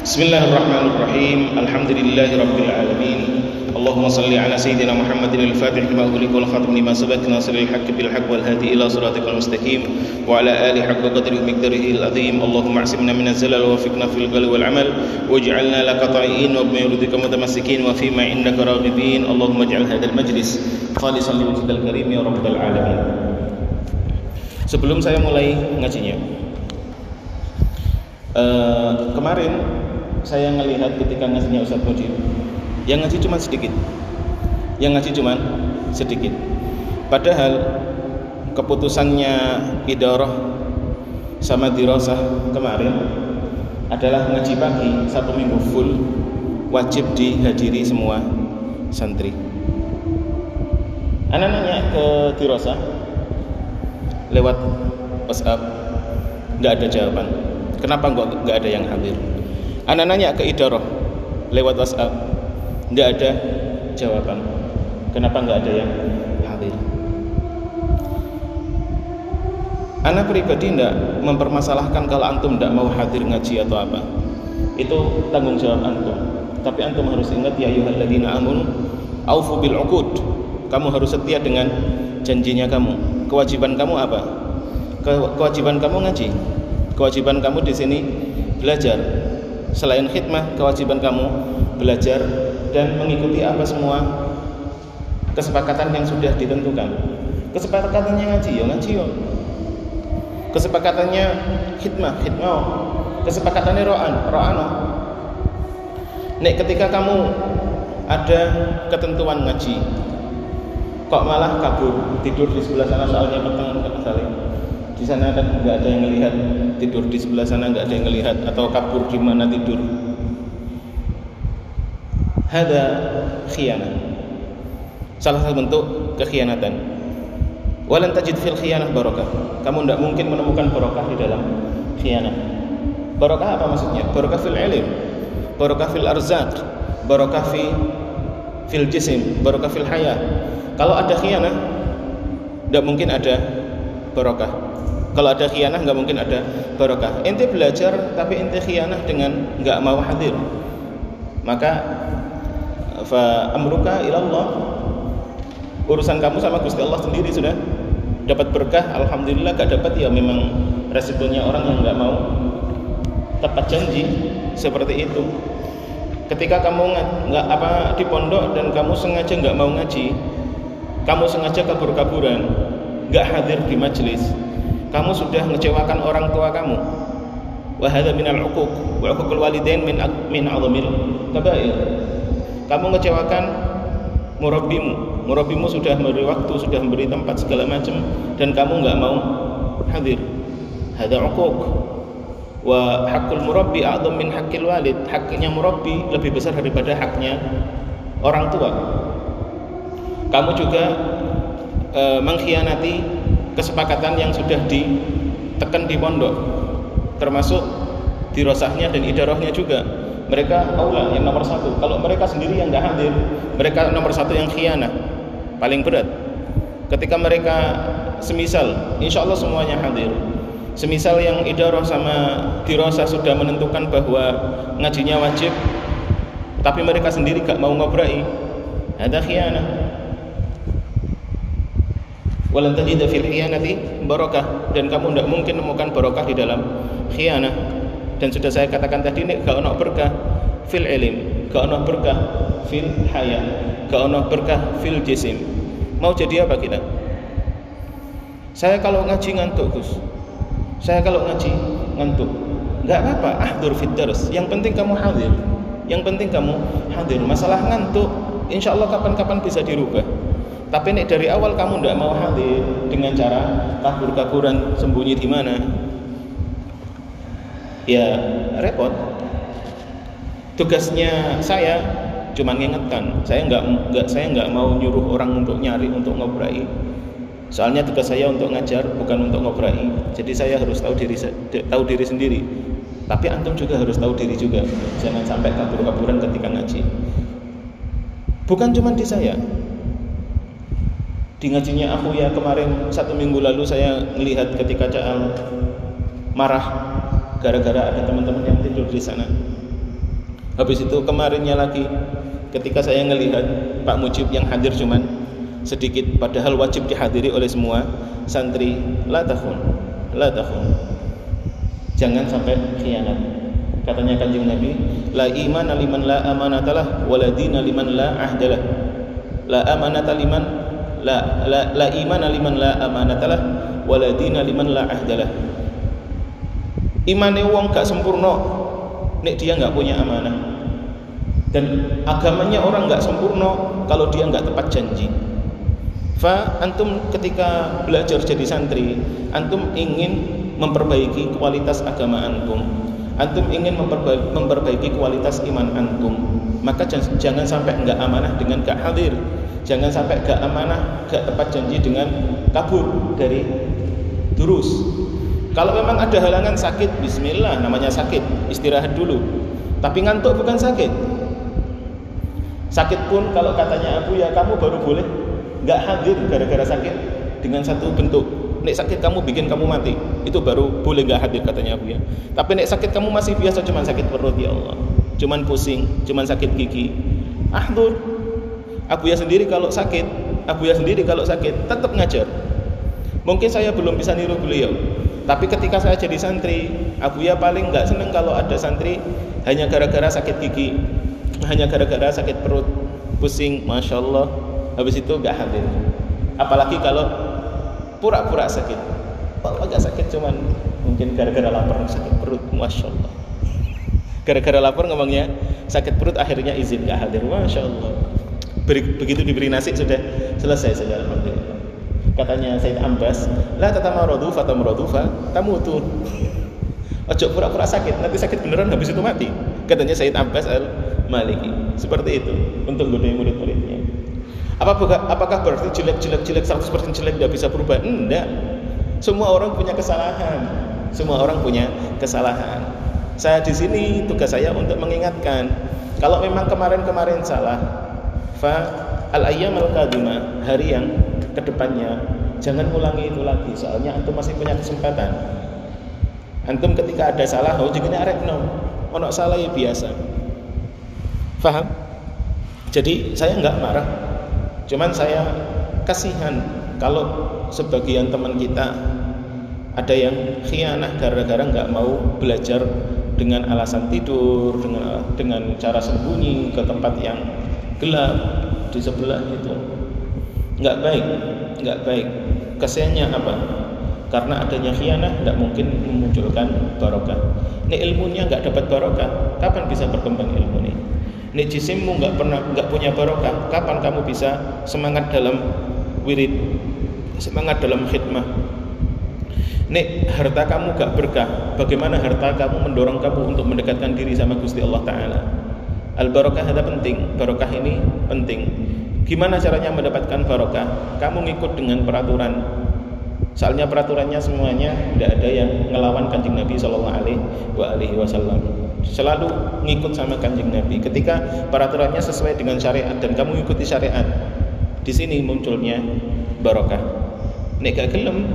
Bismillahirrahmanirrahim. Alhamdulillahi alamin. Allahumma salli ala sayyidina Muhammadin al-Fatih lima ughliqa wal khatim lima sabaq nasiril haqqi bil haqq wal hadi ila siratikal mustaqim wa ala alihi haqqa qadri wa miqdarihi al-azim. Allahumma a'simna minaz zalal wa waffiqna fil qawli wal amal waj'alna laka ta'iin wa bi yurdika mutamassikin wa fi ma innaka raghibin. Allahumma ij'al hadzal majlis khalisan li wajhikal karim ya rabbal alamin. Sebelum saya mulai ngajinya, kemarin saya ngelihat ketika ngajinya Ustaz Mudir, yang ngaji cuma sedikit. Padahal keputusannya idarah sama dirasah kemarin adalah ngaji pagi 1 minggu full, wajib dihadiri semua santri. Anak nanya ke dirasah lewat WhatsApp, nggak ada jawaban. Kenapa nggak ada yang hadir? Anak nanya ke idarah lewat WhatsApp, nggak ada jawaban. Kenapa nggak ada yang hadir? Anak pribadi tidak mempermasalahkan kalau antum tidak mau hadir ngaji atau apa. Itu tanggung jawab antum. Tapi antum harus ingat, ya ayyuhalladzina amanu aufu bil uqud. Kamu harus setia dengan janjinya kamu. Kewajiban kamu apa? Kewajiban kamu ngaji. Kewajiban kamu di sini belajar. Selain khidmah, kewajiban kamu belajar dan mengikuti apa semua kesepakatan yang sudah ditentukan. Kesepakatannya ngaji, ya ngaji yo. Kesepakatannya khidmah. Kesepakatannya ro'an. Nek ketika kamu ada ketentuan ngaji, kok malah kabur tidur di sebelah sana, soalnya petang misalnya. Di sana kan nggak ada yang melihat, tidur di sebelah sana nggak ada yang melihat, atau kabur di mana tidur. Hada khiyanah, salah satu bentuk kekhianatan. Walan tajid fil khiyanah barakah. Kamu tidak mungkin menemukan barakah di dalam khiyanah. Barakah apa maksudnya? Barakah fil ilm, barakah fil arzaq, barakah fil jism, barakah fil hayah. Kalau ada khiyanah, tidak mungkin ada barakah. Kalau ada khianah nggak mungkin ada barakah. Ente belajar tapi ente khianah dengan nggak mau hadir, maka fa amruka ilallah. Urusan kamu sama Gusti Allah sendiri sudah. Dapat berkah alhamdulillah, gak dapat ya memang resikonya orang yang nggak mau tepat janji seperti itu. Ketika kamu nggak di pondok dan kamu sengaja nggak mau ngaji, kamu sengaja kabur-kaburan, nggak hadir di majelis, kamu sudah mengecewakan orang tua kamu. Wa hadza minal uquq wa uququl walidain min a'dhamil kabair. Kamu mengecewakan murabbimu sudah memberi waktu, sudah memberi tempat segala macam, dan kamu enggak mau hadir. Hadza uquq. Wa haqqul murabbi a'dham min haqqil walid. Haknya murabbi lebih besar daripada haknya orang tua. Kamu juga mengkhianati kesepakatan yang sudah ditekan di pondok, termasuk dirasahnya dan idarahnya juga. Mereka aula yang nomor 1. Kalau mereka sendiri yang nggak hadir, mereka nomor 1 yang khianah, paling berat. Ketika mereka semisal, insya Allah semuanya hadir. Semisal yang idarah sama dirasah sudah menentukan bahwa ngajinya wajib, tapi mereka sendiri nggak mau ngobrai, ada khianah. Walan tajida fil khiyanati barakah, dan kamu tidak mungkin menemukan barakah di dalam khiyanah. Dan sudah saya katakan tadi, nek gak ono berkah fil ilm, gak ono berkah fil haya, gak ono berkah fil jisim. Mau jadi apa kita? Saya kalau ngaji ngantuk, Gus. Saya kalau ngaji ngantuk. Enggak apa-apa, ahdur fid dars. Yang penting kamu hadir. Masalah ngantuk insyaallah kapan-kapan bisa dirubah. Tapi nek dari awal kamu tidak mau hadir dengan cara kabur-kaburan, sembunyi di mana, ya repot. Tugasnya saya cuma ngingetkan. Saya nggak mau nyuruh orang untuk nyari, untuk ngobrai. Soalnya tugas saya untuk ngajar, bukan untuk ngobrai. Jadi saya harus tahu diri sendiri. Tapi antum juga harus tahu diri juga. Jangan sampai kabur-kaburan ketika ngaji. Bukan cuma di saya. Di ngajinya aku ya kemarin 1 minggu lalu saya melihat ketika Caal marah gara-gara ada teman-teman yang tidur di sana. Habis itu kemarinnya lagi ketika saya ngelihat Pak Mujib yang hadir cuman sedikit, padahal wajib dihadiri oleh semua santri. La takhun, jangan sampai khianat. Katanya Kanjeng Nabi, la imana liman la amanatalah, wala dina liman la ahdalah. La amanata liman la imana liman la amanatalah, wala dina liman la ahdalah. Imane wong gak sempurna nek dia gak punya amanah, dan agamanya orang gak sempurna kalau dia gak tepat janji. Fa antum ketika belajar jadi santri, antum ingin memperbaiki kualitas agama antum, antum ingin memperbaiki kualitas iman antum, maka jangan sampai enggak amanah dengan gak hadir, jangan sampai gak amanah, gak tepat janji dengan kabur dari durus. Kalau memang ada halangan sakit, bismillah, namanya sakit, istirahat dulu. Tapi ngantuk bukan sakit. Sakit pun kalau katanya Abu ya kamu baru boleh nggak hadir gara-gara sakit dengan satu bentuk. Nek sakit kamu bikin kamu mati, itu baru boleh nggak hadir katanya Abu ya. Tapi nek sakit kamu masih biasa, cuman sakit perut ya Allah, cuman pusing, cuman sakit gigi, ahdur. Abu ya sendiri kalau sakit tetap ngajar. Mungkin saya belum bisa niru beliau, tapi ketika saya jadi santri, Abu ya paling nggak seneng kalau ada santri hanya gara-gara sakit gigi, hanya gara-gara sakit perut, pusing, masya Allah, habis itu nggak hadir. Apalagi kalau pura-pura sakit, agak sakit cuman mungkin gara-gara lapar, sakit perut, masya Allah. Gara-gara lapar ngomongnya sakit perut, akhirnya izin nggak hadir, masya Allah. Begitu diberi nasi sudah selesai saja, alhamdulillah. Katanya Said Ambas, la tatamaradu fatamradu fatamutu. Ojo pura-pura sakit, nanti sakit beneran habis itu mati. Katanya Said Ambas Al-Maliki. Seperti itu untuk godai murid-muridnya. Apakah berarti jelek 100% jelek tidak bisa berubah? Enggak. Semua orang punya kesalahan. Saya di sini tugas saya untuk mengingatkan. Kalau memang kemarin salah, fa al-ayyam al-qadimah, hari yang kedepannya jangan ulangi itu lagi. Soalnya antum masih punya kesempatan. Antum ketika ada salah, jangan arekno. Ono salah ya biasa. Faham? Jadi saya enggak marah. Cuman saya kasihan kalau sebagian teman kita ada yang khianah gara-gara enggak mau belajar dengan alasan tidur, dengan cara sembunyi ke tempat yang gelap di sebelah itu. Enggak baik. Kasihannya apa? Karena adanya khianah tidak mungkin memunculkan barokah. Ini ilmunya enggak dapat barokah, kapan bisa berkembang ilmu ini? Nek jisimmu enggak punya barokah, kapan kamu bisa semangat dalam wirid, semangat dalam khidmah? Nek harta kamu enggak berkah, bagaimana harta kamu mendorong kamu untuk mendekatkan diri sama Gusti Allah Ta'ala? Al-barokah ada penting, barokah ini penting. Gimana caranya mendapatkan barokah? Kamu ngikut dengan peraturan. Soalnya peraturannya semuanya tidak ada yang ngelawan Kanjeng Nabi Sallallahu Alaihi Wasallam. Selalu ngikut sama Kanjeng Nabi. Ketika peraturannya sesuai dengan syariat dan kamu ikuti syariat, di sini munculnya barokah. Nek gak gelem,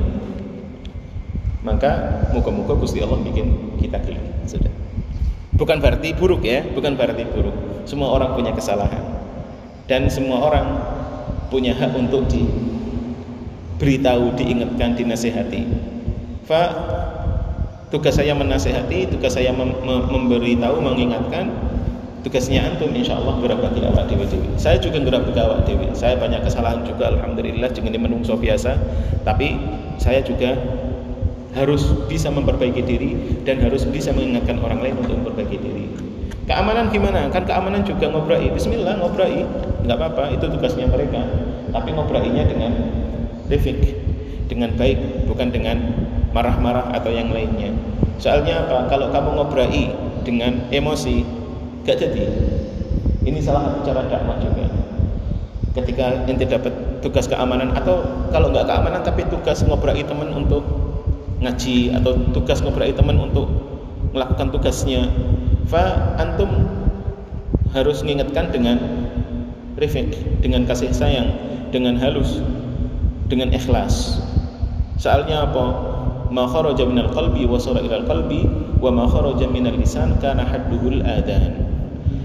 maka muka-muka Gusti Allah bikin kita gelem. Sudah. Bukan berarti buruk ya, bukan berarti buruk. Semua orang punya kesalahan dan semua orang punya hak untuk diberitahu, diingatkan, dinasihati. Fa tugas saya menasihati, tugas saya memberitahu, mengingatkan. Tugasnya antum insyaallah berbagi awak dewi. Saya juga berbagi awak dewi. Saya banyak kesalahan juga, alhamdulillah, jangan menungso biasa. Tapi saya juga harus bisa memperbaiki diri dan harus bisa mengingatkan orang lain untuk memperbaiki diri. Keamanan gimana? Kan keamanan juga ngobrai. Bismillah, ngobrai, enggak apa-apa, itu tugasnya mereka. Tapi ngobrainya dengan rifik, dengan baik, bukan dengan marah-marah atau yang lainnya. Soalnya apa? Kalau kamu ngobrai dengan emosi, gak jadi. Ini salah satu cara dakwah juga. Ketika ente dapat tugas keamanan, atau kalau nggak keamanan tapi tugas ngobrai teman untuk ngaji, atau tugas ngobrai teman untuk melakukan tugasnya, fa antum harus mengingatkan dengan rifik, dengan kasih sayang, dengan halus, dengan ikhlas. Soalnya apa? Ma kharaja minal qalbi wa sara ilal qalbi wa ma kharaja minal lisan kana hadduhul adan.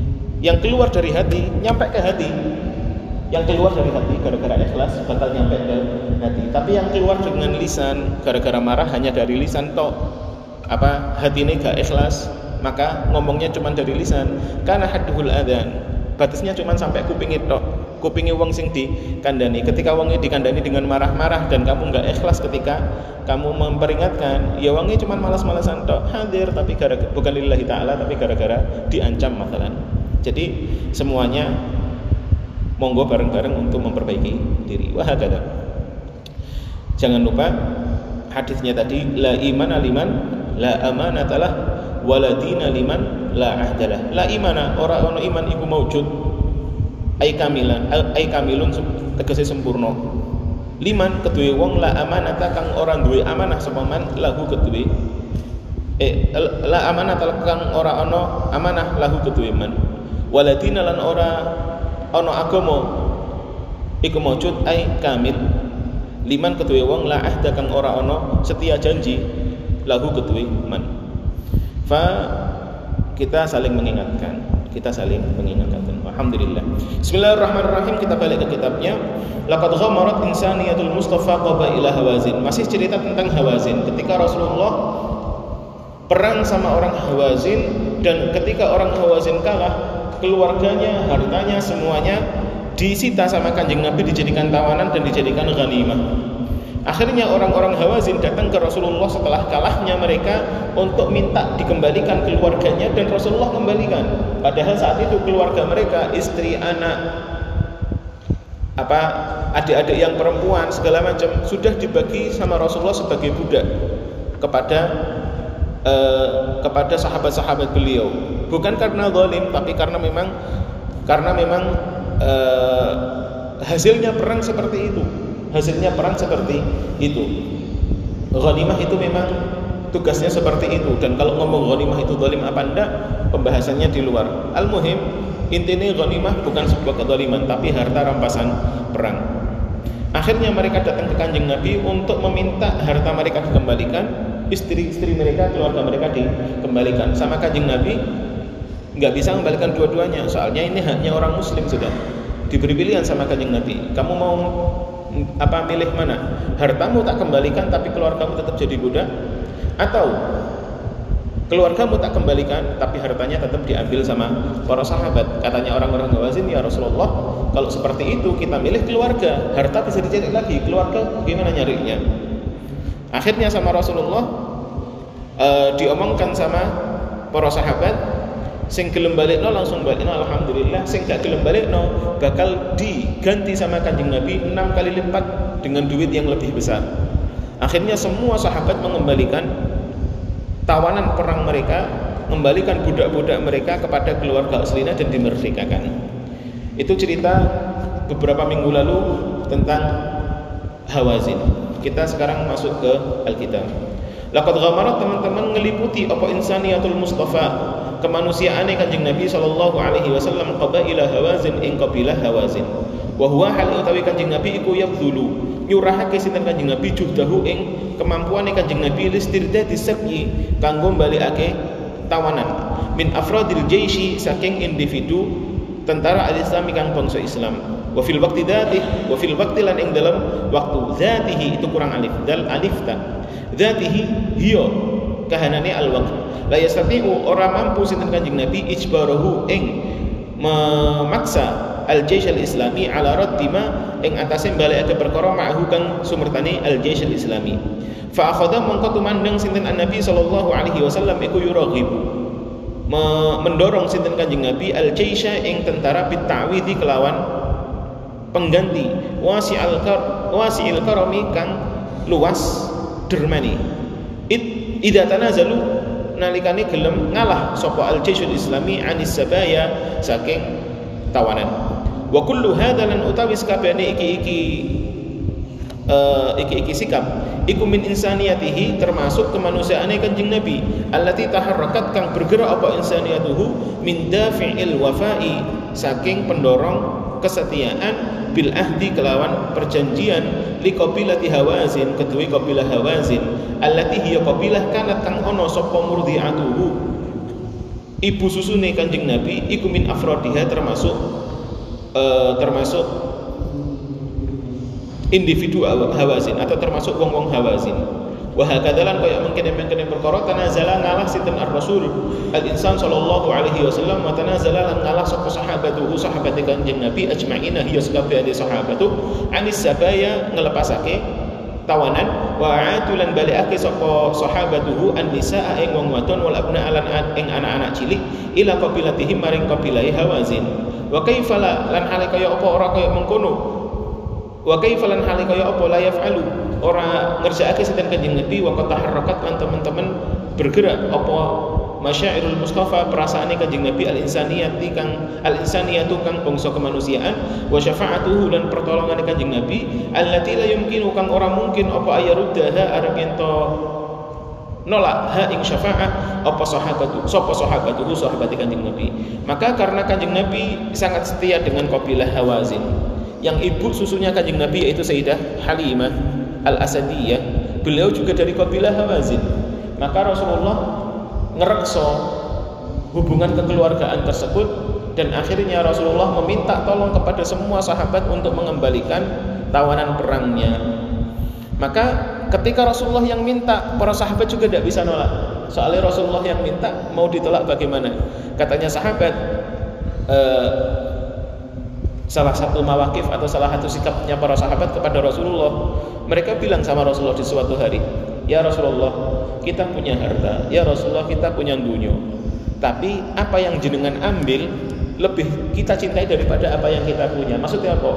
Yang keluar dari hati nyampe ke hati. Yang keluar dari hati gara-gara ikhlas bakal nyampe ke hati. Tapi yang keluar dengan lisan gara-gara marah hanya dari lisan tok. Hati ini gak ikhlas, maka ngomongnya cuma dari lisan. Karena hadduhul adzan, batasnya cuma sampai kuping tok. Kupingi wong sing dikandani. Ketika wong dikandani dengan marah-marah dan kamu gak ikhlas ketika kamu memperingatkan, ya wongnya cuma malas-malasan tok, hadir tapi bukan lillahi ta'ala, tapi gara-gara diancam masalah. Jadi semuanya monggo bareng-bareng untuk memperbaiki diri. Wahakadha. Jangan lupa hadisnya tadi, la imana liman la amanatalah wala dina liman la ahdalah. La imana ora ono iman iku maujud ai kamilun tegese sempurna. Liman kedue wong la amanata kang ora duwe amanah sapa man lahu kedue la amanata kang ora ono amanah lahu kedue man. Wala dina lan ora ono agama iku maujud ai kamil. Liman kedue wong la ahda kang ora ono setia janji lahu kedue man. Fa kita saling mengingatkan. Alhamdulillah. Bismillahirrahmanirrahim. Kita balik ke kitabnya. Laqad ghamarat insaniyatul Mustafa qabaila Hawazin. Masih cerita tentang Hawazin. Ketika Rasulullah perang sama orang Hawazin, dan ketika orang Hawazin kalah, keluarganya, hartanya, semuanya disita sama Kanjeng Nabi, dijadikan tawanan dan dijadikan ghanimah. Akhirnya orang-orang Hawazin datang ke Rasulullah setelah kalahnya mereka untuk minta dikembalikan keluarganya, dan Rasulullah kembalikan. Padahal saat itu keluarga mereka, istri, anak, adik-adik yang perempuan segala macam sudah dibagi sama Rasulullah sebagai budak kepada sahabat-sahabat beliau. Bukan karena zalim, tapi karena memang hasilnya perang seperti itu. Ghanimah itu memang tugasnya seperti itu. Dan kalau ngomong ghanimah itu zalim apa enggak, pembahasannya di luar. Al-muhim, intinya ghanimah bukan sebuah kezaliman, tapi harta rampasan perang. Akhirnya mereka datang ke Kanjeng Nabi untuk meminta harta mereka dikembalikan, istri-istri mereka, keluarga mereka dikembalikan. Sama Kanjeng Nabi nggak bisa mengembalikan dua-duanya, soalnya ini haknya orang muslim sudah. Diberi pilihan sama Kanjeng Nabi, kamu mau milih mana? Hartamu tak kembalikan tapi keluargamu tetap jadi budak, atau keluargamu tak kembalikan tapi hartanya tetap diambil sama para sahabat? Katanya orang-orang Hawazin, ya Rasulullah, kalau seperti itu kita milih keluarga, harta bisa dicari lagi, keluarga gimana nyarinya? Akhirnya sama Rasulullah diomongkan sama para sahabat, sing gelem balikno langsung balikno, alhamdulillah. Sing gak gelem balikno bakal diganti sama Kanjeng Nabi 6 kali lipat dengan duit yang lebih besar. Akhirnya semua sahabat mengembalikan tawanan perang mereka, mengembalikan budak-budak mereka kepada keluarga aslinya dan dimerdekakan. Itu cerita beberapa minggu lalu tentang Hawazin. Kita sekarang masuk ke Alkitab. Laqad ghamarat, teman-teman, ngeliputi apa insaniyatul Mustafa, kemanusiaane Kanjeng Nabi sallallahu alaihi wasallam, qabaila Hawazin ing qabilah Hawazin. Wa huwa hal utawi Kanjeng Nabi iku yabdulu nyurahake sinten Kanjeng Nabi juhdahu ing kemampuane Kanjeng Nabi listirdadi sabyi kanggo balikake tawanan min afradil jaisi saking individu tentara al-Islami kang bangsa Islam. Wa fil waqti dzati, wa fil waqti lan ing dalam waktu dzatihi, itu kurang alif dal alif ta. Dzatihi hiya kahanane al-waqt. La yastati'u ora mampu sinten Kanjeng Nabi ijbarahu ing memaksa al-jaish al-islami ala raddi ma ing atase balekake perkara ma'hu kang sumbertane al-jaish al-islami. Fa akhadha mongko tumandang sinten Nabi sallallahu alaihi wasallam iku yuraghibu mendorong sinten Kanjeng Nabi al-jaisha ing tentara bita'widi kelawan pengganti wasi'il karami kang luas dermani. Idza tanazalu nalikane gelem ngalah sapa al-jaishul islami anis sabaya saking tawanan. Wa kullu hadza lan utawi sakabehane iki sikap iku min insaniyatihi, termasuk kemanusiaane Kanjeng Nabi, allati taharrakat kang bergerak apa insaniyatuhu min dafi'il wafa'i saking pendorong kesetiaan bil ahdi kelawan perjanjian li qabilati Hawazin kedue qabilah Hawazin allati hiya qabilah kanat kang ono sapa murdiatuhu ibu susune Kanjeng Nabi iku min afrodiha termasuk individu Hawazin atau termasuk wong-wong Hawazin. Wa hakadalan kaya mengkene perkara tanazala ngalah sinten ar-rasul al-insan sallallahu alaihi wasallam wa tanazala lan ngalah sapa sahabatuhu sahabat Kanjeng Nabi ajma'ina hiya sakabeh sahabatu anis sabaya ngelepasake tawanan wa atulan balikake sapa sahabatuhu an-nisaa ing wong wadon wal abna lan ing anak-anak cilik ila qabilatihim maring qabilahe Hawazin. Wa kaifala lan hale kaya apa ora kaya mengkono. Wa kaifalan hale kaya apa la yaf'alu ora ngerjakake sinten Kanjeng Nabi wa qataharrakat lan teman-teman bergerak apa masyairul mustafa perasaane Kanjeng Nabi al-insaniyatu kang bangsa kemanusiaan wa syafa'atuhu lan pertolongane Kanjeng Nabi allati la yumkinu kang ora mungkin apa ayaruddaha arep ento nolak ha ing syafa'ah apa sahabatuhu sahabat Kanjeng Nabi. Maka karena Kanjeng Nabi sangat setia dengan kabilah Hawazin yang ibu susunya Kanjeng Nabi yaitu Sayyidah Halimah Al-Asadiyah, beliau juga dari kabilah Hawazin. Maka Rasulullah ngerekso hubungan kekeluargaan tersebut dan akhirnya Rasulullah meminta tolong kepada semua sahabat untuk mengembalikan tawanan perangnya. Maka ketika Rasulullah yang minta, para sahabat juga tidak bisa nolak. Soalnya Rasulullah yang minta, mau ditolak bagaimana? Katanya sahabat, salah satu mawakif atau salah satu sikapnya para sahabat kepada Rasulullah, mereka bilang sama Rasulullah di suatu hari, ya Rasulullah, kita punya harta, ya Rasulullah, kita punya dunia, tapi apa yang jenengan ambil lebih kita cintai daripada apa yang kita punya. Maksudnya apa?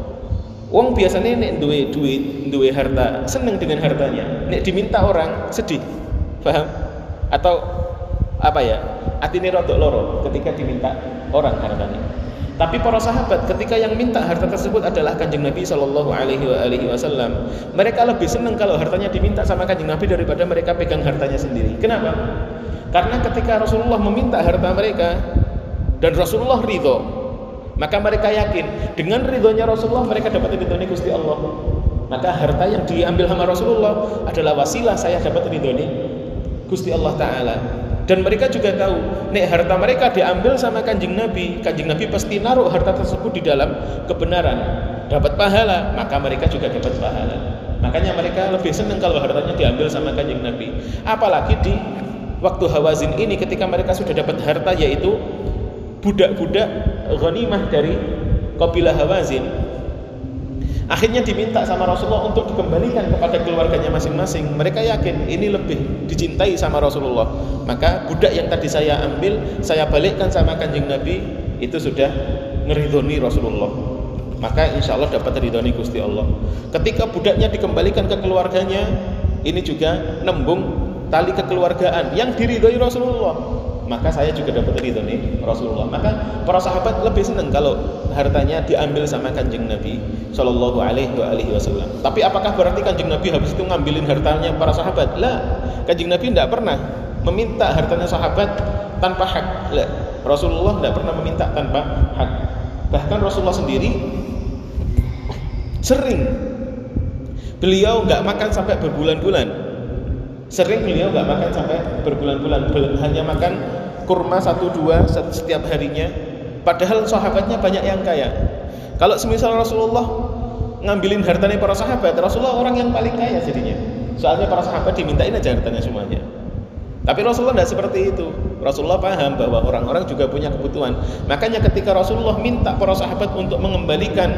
Wong biasanya nek duwe duit, duwe harta, seneng dengan hartanya. Nek diminta orang sedih, paham? Atau apa ya? Atine rodok loro ketika diminta orang hartanya. Tapi para sahabat ketika yang minta harta tersebut adalah Kanjeng Nabi sallallahu alaihi wasallam, mereka lebih senang kalau hartanya diminta sama Kanjeng Nabi daripada mereka pegang hartanya sendiri. Kenapa? Karena ketika Rasulullah meminta harta mereka dan Rasulullah ridho, maka mereka yakin dengan ridhonya Rasulullah mereka dapat ridhonya Gusti Allah. Maka harta yang diambil sama Rasulullah adalah wasilah saya dapat ridhonya Gusti Allah Ta'ala. Dan mereka juga tahu, nek harta mereka diambil sama Kanjeng Nabi pasti naruh harta tersebut di dalam kebenaran, dapat pahala, maka mereka juga dapat pahala. Makanya mereka lebih senang kalau hartanya diambil sama Kanjeng Nabi. Apalagi di waktu Hawazin ini ketika mereka sudah dapat harta, yaitu budak-budak ghanimah dari kabilah Hawazin. Akhirnya diminta sama Rasulullah untuk dikembalikan kepada keluarganya masing-masing. Mereka yakin ini lebih dicintai sama Rasulullah. Maka budak yang tadi saya ambil, saya balikkan sama Kanjeng Nabi, itu sudah ngeridhoni Rasulullah. Maka insya Allah dapat ridhoni Gusti Allah. Ketika budaknya dikembalikan ke keluarganya, ini juga nembung tali kekeluargaan yang diridhoi Rasulullah. Maka saya juga dapat ridhoni Rasulullah. Maka para sahabat lebih senang kalau hartanya diambil sama Kanjeng Nabi sallallahu alaihi wasallam. Tapi apakah berarti Kanjeng Nabi habis itu ngambilin hartanya para sahabat? Lah, Kanjeng Nabi tidak pernah meminta hartanya sahabat tanpa hak. Lah, Rasulullah tidak pernah meminta tanpa hak. Bahkan Rasulullah sendiri sering beliau nggak makan sampai berbulan-bulan. Sering beliau nggak makan sampai berbulan-bulan, hanya makan kurma 1-2 setiap harinya. Padahal sahabatnya banyak yang kaya. Kalau semisal Rasulullah ngambilin hartanya para sahabat, Rasulullah orang yang paling kaya jadinya. Soalnya para sahabat dimintain aja hartanya semuanya. Tapi Rasulullah tidak seperti itu. Rasulullah paham bahwa orang-orang juga punya kebutuhan. Makanya ketika Rasulullah minta para sahabat untuk mengembalikan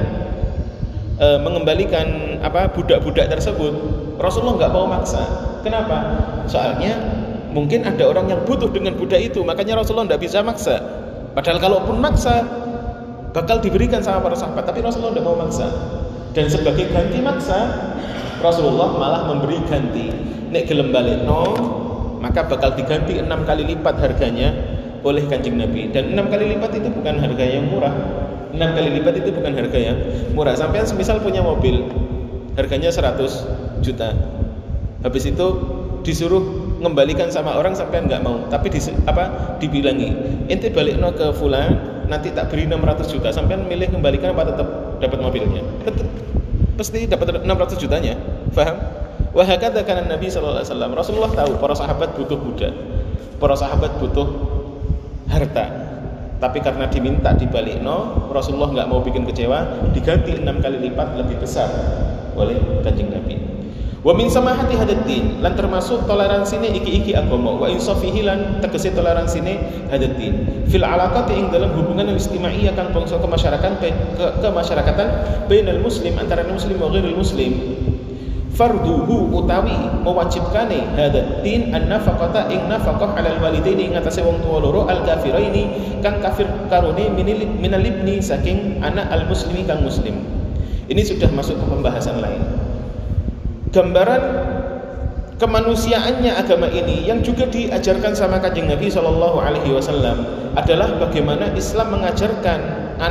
budak-budak tersebut, Rasulullah nggak mau maksa. Kenapa? Soalnya mungkin ada orang yang butuh dengan budak itu, makanya Rasulullah nggak bisa maksa. Padahal kalaupun maksa bakal diberikan sama para sahabat, tapi Rasulullah nggak mau maksa. Dan sebagai ganti maksa, Rasulullah malah memberi ganti. Nek gelem balekno, maka bakal diganti 6 kali lipat harganya oleh Kanjeng Nabi. Dan 6 kali lipat itu bukan harga yang murah. 6 kali lipat itu bukan harga yang murah. Sampai semisal punya mobil harganya 100 juta, habis itu disuruh ngembalikan sama orang sampai nggak mau, tapi dibilangi ente balikno ke fulan, nanti tak beri 600 juta, sampai milih kembalikan apa tetap dapat mobilnya? Pasti dapat 600 jutanya, paham? Wa hakadza kana Nabi sallallahu alaihi wasallam. Rasulullah tahu para sahabat butuh budak, para sahabat butuh harta. Tapi karena diminta dibalikno, Rasulullah nggak mau bikin kecewa, diganti 6 kali lipat lebih besar oleh Kanjeng Nabi. Wa min samahati hadatin lan termasuk toleransine iki agama, wa insafihi lan tegese toleransine hadatin fil alaqati ing dalam hubungan istimaiyah kang bangsa kemasyarakatan bainal muslim antara muslim wa ghairil muslim. Farduhu utawi mewajibkane hadatin an-nafaqata ing nafaqah alal walidaini ing atase wong tuwa loro al-kafiraini kang kafir karone minal ibni saking anak al-muslimi kang muslim. Ini sudah masuk ke pembahasan lain. Gambaran kemanusiaannya agama ini yang juga diajarkan sama Kanjeng Nabi SAW adalah bagaimana Islam mengajarkan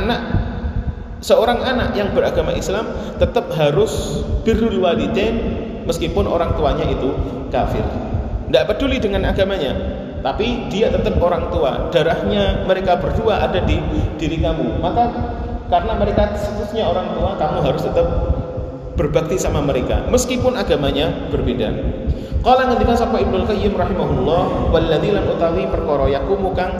seorang anak yang beragama Islam tetap harus birrul walidain meskipun orang tuanya itu kafir. Tidak peduli dengan agamanya, tapi dia tetap orang tua. Darahnya mereka berdua ada di diri kamu. Maka karena mereka statusnya orang tua, kamu harus tetap berbakti sama mereka meskipun agamanya berbeda. Qala ngendikan sapa Ibnu Qayyim rahimahullah, walladzi lan utawi perkara yakumu kang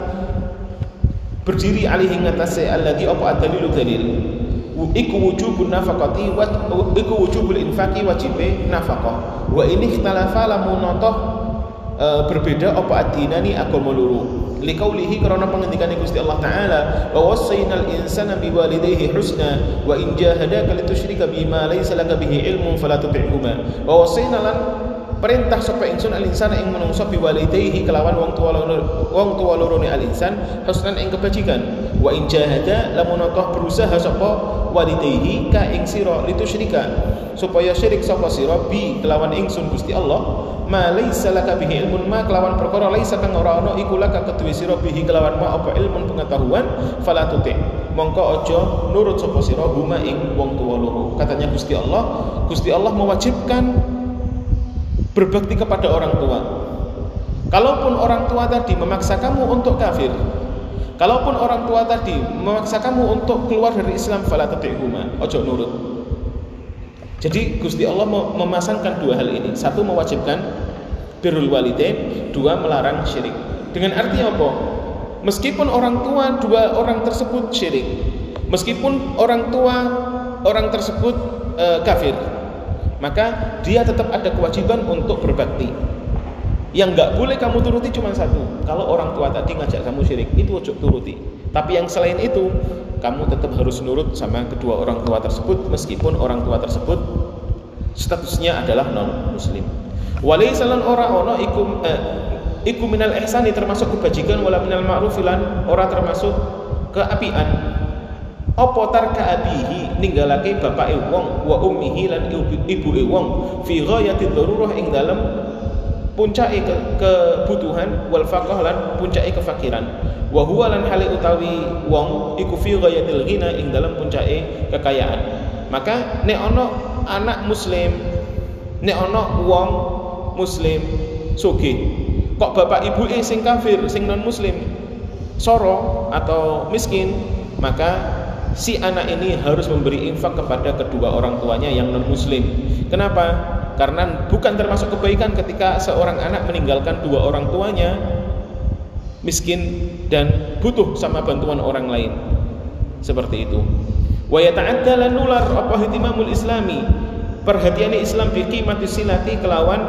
berdiri alaihi ngatasé alladzi apa ad-dalilu dalil iku wujubun nafaqati wa iku wujubul infaqi wajibe nafaqah wa ini ikhtalafa lamun berbeda apa ad-dinani agama loro liqaulihi karena pengendikane Gusti Allah taala wa wasainal insana biwalidayhi husna wa in jahadaka litusyrika bima laysa laka bihi ilmun fala tuti'huma wa wasainal perintah sapa ingsun al-insana ing manungsa biwalidayhi kelawan wong tuwa lorone al-insan husnan ing kebajikan wa in jahada lamun berusaha sapa walidayhi ka ing sira litusyrika supaya syirik sapa sira bi kelawan ingsun Gusti Allah ma laisa laka bihi ilmun ma kelawan perkara laisa kang ora ana iku laka kedue sira bihi kelawan ma apa ilmun pengetahuan fala tuti mongko aja nurut sapa sira huma ing wong tuwa loro. Katanya Gusti Allah mewajibkan berbakti kepada orang tua. Kalaupun orang tua tadi memaksa kamu untuk kafir, kalaupun orang tua tadi memaksa kamu untuk keluar dari Islam fala tuti huma aja nurut. Jadi Gusti Allah memasangkan dua hal ini. Satu mewajibkan birrul walidain, dua melarang syirik. Dengan arti apa? Meskipun orang tua dua orang tersebut syirik, meskipun orang tersebut kafir, maka dia tetap ada kewajiban untuk berbakti. Yang enggak boleh kamu turuti cuma satu. Kalau orang tua tadi ngajak kamu syirik, itu ojo turuti. Tapi yang selain itu, kamu tetap harus nurut sama kedua orang tua tersebut meskipun orang tua tersebut statusnya adalah non muslim. Walaysa lan ora ono iku minal ihsani termasuk kebajikan wala minal ma'rufilan ora termasuk keapian. Apa tarka abihi ninggalake bapake wong wa ummihi lan ibuke wong fi ghayati darurah ing dalem puncake kebutuhan wal faqah lan puncake kefakiran wa huwa lan hale utawi wong iku fi ghayatil ghina ing dalem puncake kekayaan. Maka nek ana anak muslim, nek ana wong muslim sugih kok bapak ibuke sing kafir, sing non muslim soro atau miskin, maka si anak ini harus memberi infak kepada kedua orang tuanya yang non muslim. Kenapa? Karena bukan termasuk kebaikan ketika seorang anak meninggalkan dua orang tuanya miskin dan butuh sama bantuan orang lain. Seperti itu. Wa yata'adda lan nular apa ihtimamul islami. Perhatiannya Islam bi qimati silati kelawan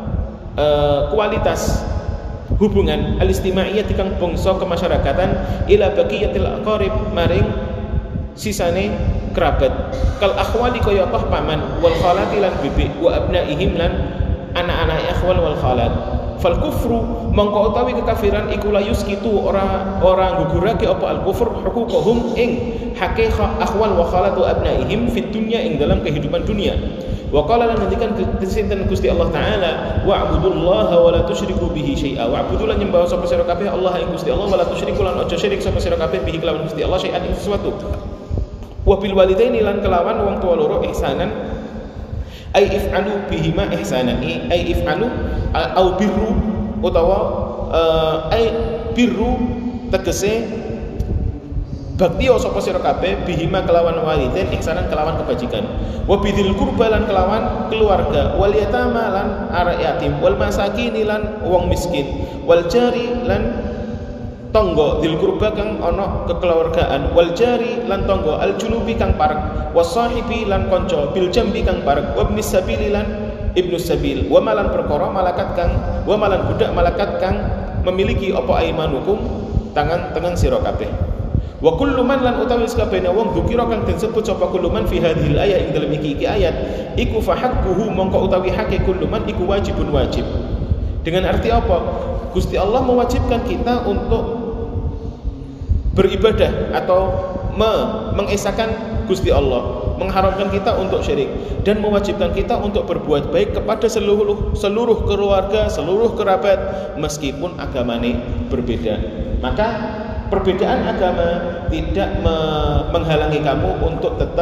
kualitas hubungan al-istimaiyah kang bangsa kemasyarakatan ila baqiyatil aqarib maring sisane kerabat kal akhwali kaya paman wal khalati lan bibi wa abnaihim lan anak-anak akhwal wal khalat fal kufru mongko utawi kekafiran iku la yuskitu ora gugurake apa al kufur huquqahum ing hake akhwal wa khalat wa abnaihim fid dunya ing dalam kehidupan dunia. Wa qala lan ngendikan sinten Gusti Allah taala wa'budullaha wa la tusyriku bihi syai'a wa'budu lan nyembah sapa sira kabeh Allah ing Gusti Allah wa la tusyriku lan aja syirik sapa sira kabeh bihi kelawan Gusti Allah syai'an ing sesuatu. Wa bil walidaini lan kelawan wong tuwa loro ihsanan ai if'alu bihima ihsanan ai if'alu au birru utawa ai birru tegese bakti sapa sira kabeh bihima kelawan walidain ihsanan kelawan kebajikan wa bidil qurba lan kelawan keluarga wal yatama lan arek yatim wal masakin lan wong miskin wal jari lan tangga dil qurba kang ana kekeluargaan, wal jari lan tangga al junubi kang parek, wasahibi lan kanca, bil jambi kang parek, wabnis sabili lan ibnu sabil, wa malan perkara malakat kang wa malan budak malakat kang memiliki apa aimanukum tangan sira kabeh. Wa kullu man lan utawi sakabehane wong dzikira kang disebut sapa kullu man fi hadhil ayat ing dalem iki ayat iku fa haqquhu mongko utawi hake kullu man iku wajibun wajib. Dengan arti apa? Gusti Allah mewajibkan kita untuk beribadah atau mengesahkan Gusti Allah, mengharamkan kita untuk syirik dan mewajibkan kita untuk berbuat baik kepada seluruh keluarga, seluruh kerabat meskipun agamanya berbeda. Maka perbedaan agama tidak menghalangi kamu untuk tetap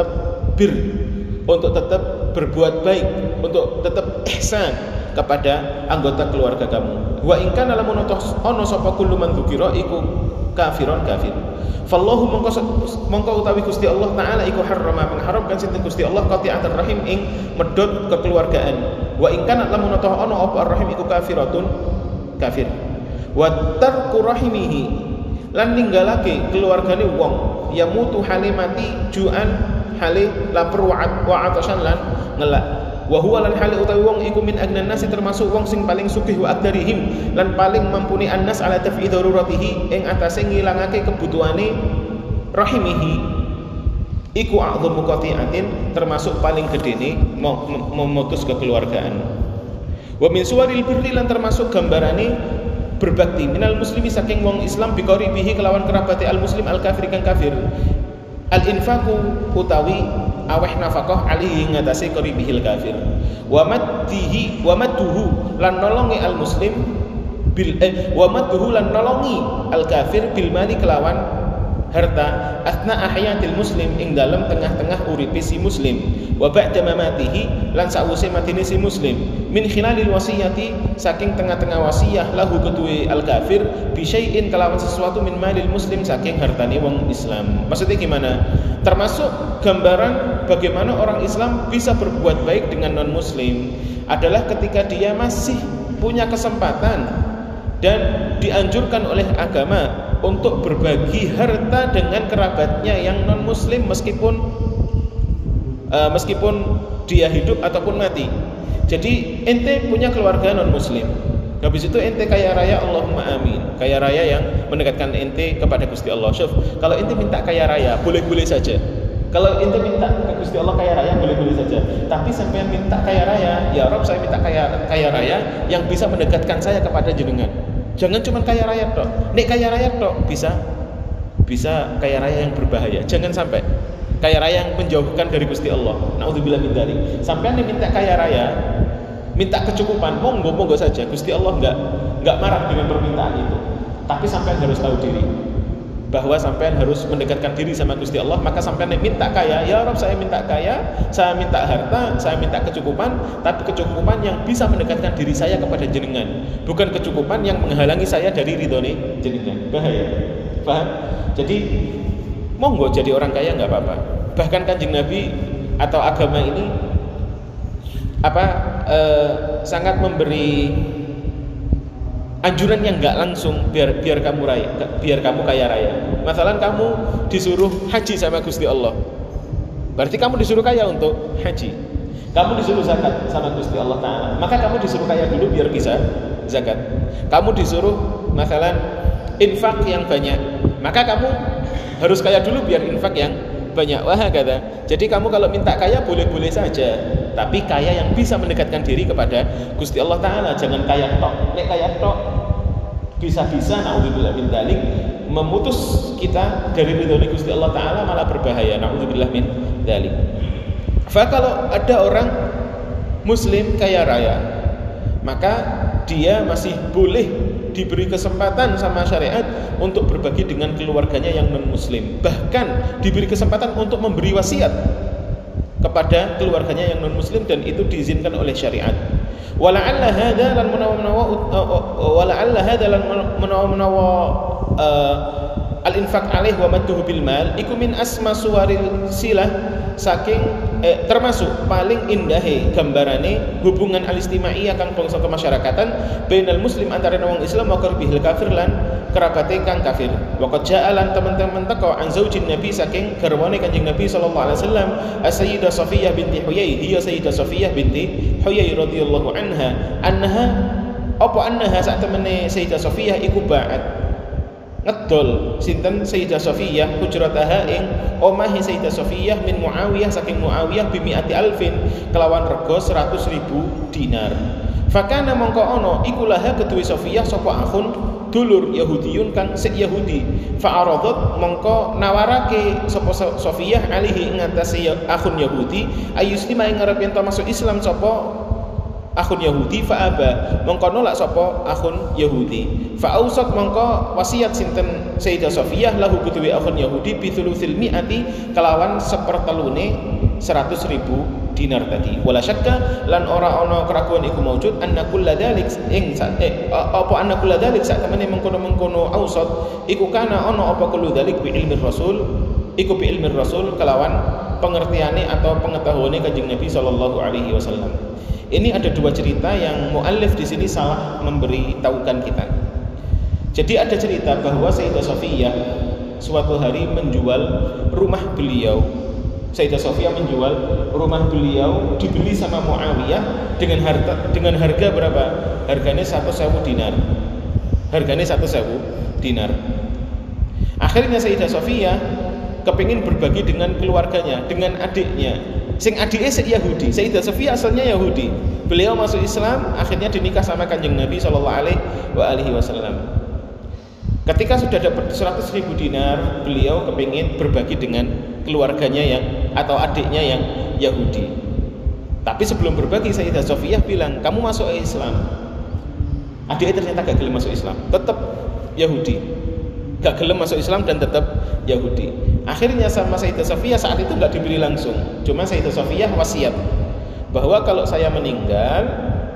untuk tetap berbuat baik, untuk tetap ihsan kepada anggota keluarga kamu. Wa in kana lamun ana sapa kullu man dzukira iku kafirun kafir. Fallahu mongko utawi Gusti Allah taala iku harrama mengharamkan sinten Gusti Allah qati'atur rahim ing medhot kekeluargaan. Wa in kana lamun ana apa rahim iku kafiratun kafir. Wa tarku rahimihi lan ninggalake keluargane wong ya mutu halimati ju'an hale lapar wa atasan lan ngelak. Wa huwa lan hale utawi wong iku min agnan nasi termasuk wong sing paling sugih wa akdarihim lan paling mampuni annas ala tafi daruratihi ing atase ngilangake kebutuhane rahimihi iku a'dhamu qati'atin termasuk paling gedene memutus kekeluargaan. Wa min suwaril birri lan termasuk gambarane berbakti minal muslimi saking wong Islam biqaribihi kelawan kerabate al muslim al kafir kang kafir. Al infaqu utawi aweh nafkah alihi ngatasi qaribihil kafir wa madduhu lan nolongi al muslim bil wa madduhu lan nolongi al kafir bil mali kelawan harta asna ahyatil muslim ing dalam tengah-tengah uripe si muslim wa ba'da mamatihi lan sawise matine si muslim min khilalil wasiyati saking tengah-tengah wasiyah lahu kedue al kafir bi syai'in kelawan sesuatu min malil muslim saking hartane wong Islam. Maksudnya gimana? Termasuk gambaran bagaimana orang Islam bisa berbuat baik dengan non muslim adalah ketika dia masih punya kesempatan dan dianjurkan oleh agama untuk berbagi harta dengan kerabatnya yang non muslim meskipun dia hidup ataupun mati. Jadi ente punya keluarga non muslim, habis itu ente kaya raya, Allahumma amin, kaya raya yang mendekatkan ente kepada Gusti Allah. Syuf, kalau ente minta kaya raya boleh-boleh saja. Kalau ente minta ke Gusti Allah kaya raya boleh-boleh saja. Tapi sampai minta kaya raya, ya Rabb saya minta kaya raya yang bisa mendekatkan saya kepada jenengan. Jangan cuma kaya raya tok. Nek kaya raya tok bisa kaya raya yang berbahaya. Jangan sampai kaya raya yang menjauhkan dari Gusti Allah. Nauzubillah min dzalik. Sampai nek minta kaya raya, minta kecukupan, monggo saja. Gusti Allah enggak marah dengan permintaan itu. Tapi sampai harus tahu diri bahwa sampean harus mendekatkan diri sama Gusti Allah. Maka sampean minta kaya, ya Rabb saya minta kaya, saya minta harta, saya minta kecukupan, tapi kecukupan yang bisa mendekatkan diri saya kepada jenengan, bukan kecukupan yang menghalangi saya dari ridhone jenengan. Bahaya. Paham? Jadi monggo jadi orang kaya enggak apa-apa. Bahkan Kanjeng Nabi atau agama ini sangat memberi anjuran yang enggak langsung biar kamu kaya raya. Masalan kamu disuruh haji sama Gusti Allah, berarti kamu disuruh kaya untuk haji. Kamu disuruh zakat sama Gusti Allah Ta'ala, maka kamu disuruh kaya dulu biar bisa zakat. Kamu disuruh masalan infak yang banyak, maka kamu harus kaya dulu biar infak yang banyak. Wah kata. Jadi kamu kalau minta kaya boleh-boleh saja, tapi kaya yang bisa mendekatkan diri kepada Gusti Allah Ta'ala. Jangan kaya tok. Nek kaya tok bisa-bisa naudzubillah min dzalik memutus kita dari ridho Gusti Allah Ta'ala, malah berbahaya. Naudzubillah min dzalik. Kalau ada orang muslim kaya raya, maka dia masih boleh diberi kesempatan sama syariat untuk berbagi dengan keluarganya yang non muslim. Bahkan diberi kesempatan untuk memberi wasiat kepada keluarganya yang non muslim, dan itu diizinkan oleh syariat. Wala'alla hadza lan menawa al-infaq alaih wa madduhu bil mal iku min asma suwaril silah, saking termasuk paling indahe gambarane hubungan al-istimaiyah kang bangsa kemasyarakatan bainal muslim antara wong Islam wa qarbihil kafir lan kerabate kang kafir. Wa qad ja'alan teman-teman teko an zaujin Nabi saking garwane Kanjeng Nabi sallallahu alaihi wasallam Sayyidah Safiyah binti Huyai, hiya Sayyidah Safiyah binti Huyai radhiyallahu annaha sak temene Sayyidah Safiyah iku ba'at ngedol sinten Sayyidah Safiyah hujrataha ing omahe Sayyidah Safiyah min Muawiyah saking Muawiyah bimi'ati alfin kelawan rego 100.000 dinar. Fakana mongko ono iku laha kedue Safiyah sapa akhun dulur Yahudiyun kang sik Yahudi. Fa'aradat mongko nawarake sapa Safiyah alihi ing atase akhun Yahudi ayuslima ing ngarep yen masuk Islam sapa akhun Yahudi. Fa'aba mongko nolak sapa akhun Yahudi. Fa'ausat mongko wasiat sinten Sayyidah Safiyah lahu kedue akhun Yahudi bi thuluthil mi'ati kelawan sepertelune 100.000 dinar tadi. Wala syakka lan ora ana keraguan iku maujud anna kulladalik ing apa anna kulladalik sak temene mengkono-mengkono ausat iku kana ana apa kulladalik bi ilmi Rasul iku bi ilmi Rasul kelawan pengertiane atau pengetahuane Kanjeng Nabi sallallahu alaihi wasallam. Ini ada dua cerita yang muallif di sini salah memberitahukan kita. Jadi ada cerita bahwa Sayyidah Safiyah suatu hari menjual rumah beliau. Sayyidah Safiyah menjual rumah beliau dibeli sama Muawiyah dengan harga berapa? Harganya 1.000 dinar. Harganya 1.000 dinar. Akhirnya Sayyidah Safiyah kepingin berbagi dengan keluarganya, dengan adiknya. Sing adiknya Yahudi. Sayyidah Safiyah asalnya Yahudi. Beliau masuk Islam, akhirnya dinikah sama Kanjeng Nabi sallallahu alaihi wasallam. Ketika sudah dapat 100.000 dinar, beliau kepingin berbagi dengan keluarganya yang atau adiknya yang Yahudi. Tapi sebelum berbagi, Sayyidah Safiyah bilang, kamu masuk Islam. Adiknya ternyata gak gelem masuk Islam, tetap Yahudi. Gak gelem masuk Islam dan tetap Yahudi. Akhirnya sama Sayyidah Safiyah saat itu gak dibeli langsung. Cuma Sayyidah Safiyah wasiat bahwa kalau saya meninggal,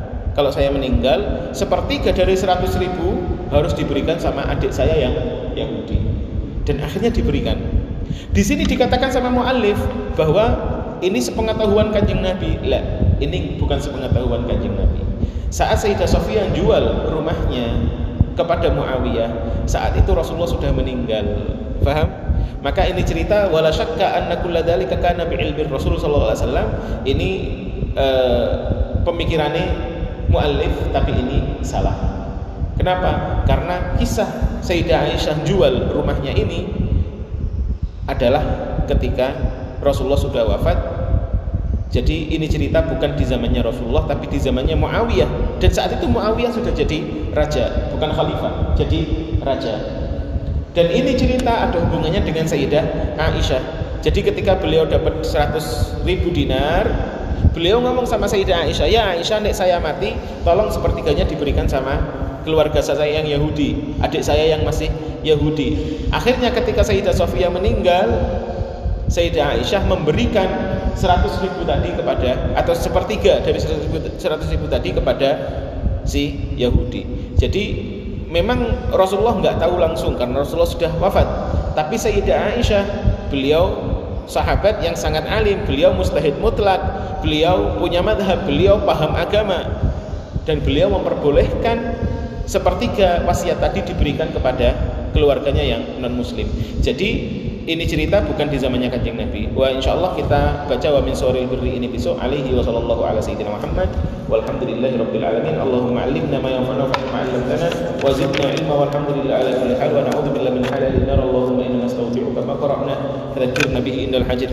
sepertiga dari 100.000 harus diberikan sama adik saya yang Yahudi. Dan akhirnya diberikan. Di sini dikatakan sama muallif bahwa ini sepengetahuan Kanjeng Nabi. Lah, ini bukan sepengetahuan Kanjeng Nabi. Saat Sayyidah Safiyah jual rumahnya kepada Muawiyah, saat itu Rasulullah sudah meninggal. Paham? Maka ini cerita wala syakka anna kulladzalika kana bi ilmi Rasul sallallahu alaihi wasallam. Ini pemikirannya muallif, tapi ini salah. Kenapa? Karena kisah Sayyidah Aisyah jual rumahnya ini adalah ketika Rasulullah sudah wafat. Jadi ini cerita bukan di zamannya Rasulullah, tapi di zamannya Muawiyah. Dan saat itu Muawiyah sudah jadi raja, bukan khalifah, jadi raja. Dan ini cerita ada hubungannya dengan Sayyidah Aisyah. Jadi ketika beliau dapat 100.000 dinar, beliau ngomong sama Sayyidah Aisyah, ya Aisyah, nek saya mati, tolong sepertiganya diberikan sama keluarga saya yang Yahudi, adik saya yang masih Yahudi. Akhirnya ketika Sayyidah Safiyah meninggal, Sayyidah Aisyah memberikan 100.000 tadi kepada, atau sepertiga dari 100.000 tadi kepada si Yahudi. Jadi memang Rasulullah nggak tahu langsung karena Rasulullah sudah wafat. Tapi Sayyidah Aisyah, beliau sahabat yang sangat alim, beliau mustahid mutlak, beliau punya madhab, beliau paham agama, dan beliau memperbolehkan sepertiga wasiat tadi diberikan kepada keluarganya yang non muslim. Jadi ini cerita bukan di zamannya Kanjeng Nabi. Wah, insyaallah kita baca wa min suril birri ini besok alaihi wa sallallahu ala sayyidina Muhammad walhamdulillahi rabbil alamin. Allahumma 'allimna ma yanfa'una wa 'allamtana wa zidna ilma walhamdulillahi ala kulli hal wa na'udzu billahi min halalin nar. Allahumma inna nastaghfiruka ma qara'na fadhakkirna bihi innal hajati